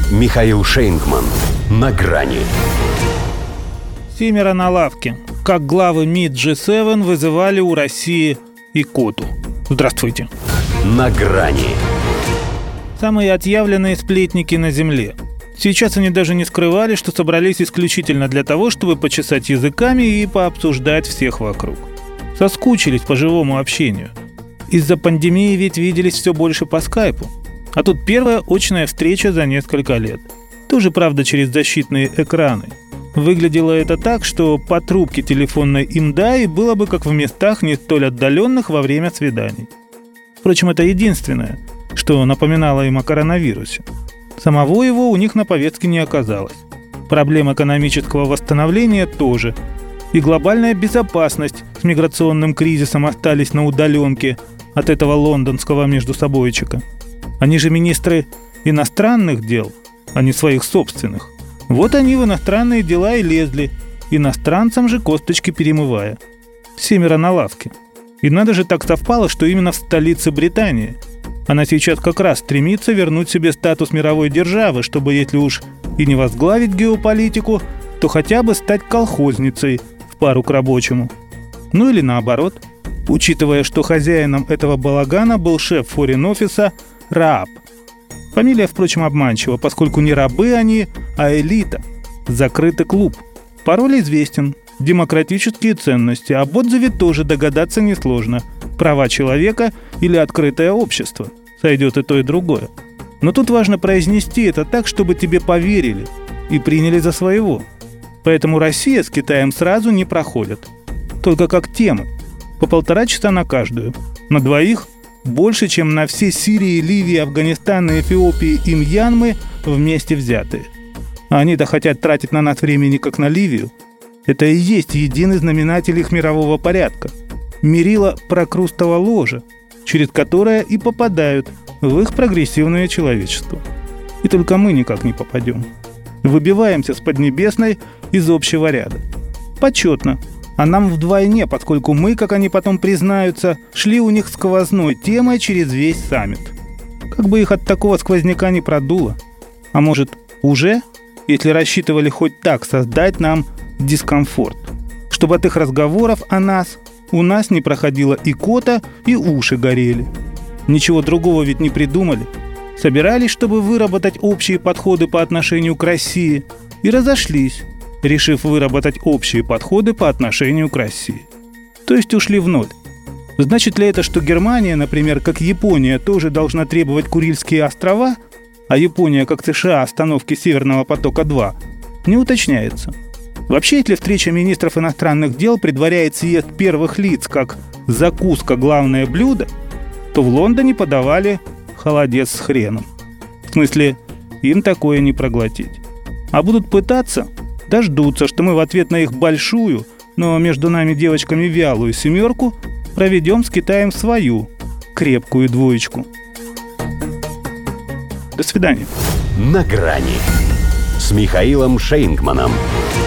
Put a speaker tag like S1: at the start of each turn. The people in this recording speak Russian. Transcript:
S1: Михаил Шейнгман. На грани.
S2: Семеро на лавке. Как главы МИД G7 вызывали у России икоту. Здравствуйте.
S1: На грани.
S2: Самые отъявленные сплетники на земле. Сейчас они даже не скрывали, что собрались исключительно для того, чтобы почесать языками и пообсуждать всех вокруг. Соскучились по живому общению. Из-за пандемии ведь виделись все больше по скайпу. А тут первая очная встреча за несколько лет. Тоже, правда, через защитные экраны. Выглядело это так, что по трубке телефонной имдаи было бы как в местах не столь отдаленных во время свиданий. Впрочем, это единственное, что напоминало им о коронавирусе. Самого его у них на повестке не оказалось. Проблем экономического восстановления тоже. И глобальная безопасность с миграционным кризисом остались на удаленке от этого лондонского междусобойчика. Они же министры иностранных дел, а не своих собственных. Вот они в иностранные дела и лезли, иностранцам же косточки перемывая. Семеро на лавке. И надо же, так совпало, что именно в столице Британии. Она сейчас как раз стремится вернуть себе статус мировой державы, чтобы, если уж и не возглавить геополитику, то хотя бы стать колхозницей в пару к рабочему. Ну или наоборот, учитывая, что хозяином этого балагана был шеф форин-офиса Рааб. Фамилия, впрочем, обманчива, поскольку не рабы они, а элита. Закрытый клуб. Пароль известен. Демократические ценности. Об отзыве тоже догадаться несложно. Права человека или открытое общество. Сойдет и то, и другое. Но тут важно произнести это так, чтобы тебе поверили и приняли за своего. Поэтому Россия с Китаем сразу не проходят. Только как тему. По 1,5 часа на каждую. На двоих больше, чем на все Сирии, Ливии, Афганистана, Эфиопии и Мьянмы вместе взятые. А они-то хотят тратить на нас времени, как на Ливию. Это и есть единый знаменатель их мирового порядка. Мерило прокрустово ложа, через которое и попадают в их прогрессивное человечество. И только мы никак не попадем. Выбиваемся с Поднебесной из общего ряда. Почетно. А нам вдвойне, поскольку мы, как они потом признаются, шли у них сквозной темой через весь саммит. Как бы их от такого сквозняка не продуло. А может, уже, если рассчитывали хоть так создать нам дискомфорт, чтобы от их разговоров о нас у нас не проходила икота и уши горели. Ничего другого ведь не придумали. Собирались, чтобы выработать общие подходы по отношению к России, и разошлись, решив выработать общие подходы по отношению к России. То есть ушли в ноль. Значит ли это, что Германия, например, как Япония, тоже должна требовать Курильские острова, а Япония, как США, остановки Северного потока-2, не уточняется. Вообще, если встреча министров иностранных дел предваряет съезд первых лиц как закуска главное блюдо, то в Лондоне подавали холодец с хреном. В смысле, им такое не проглотить. А будут пытаться, дождутся, что мы в ответ на их большую, но между нами девочками вялую семерку проведем с Китаем свою крепкую двоечку. До свидания.
S1: На грани с Михаилом Шейнгманом.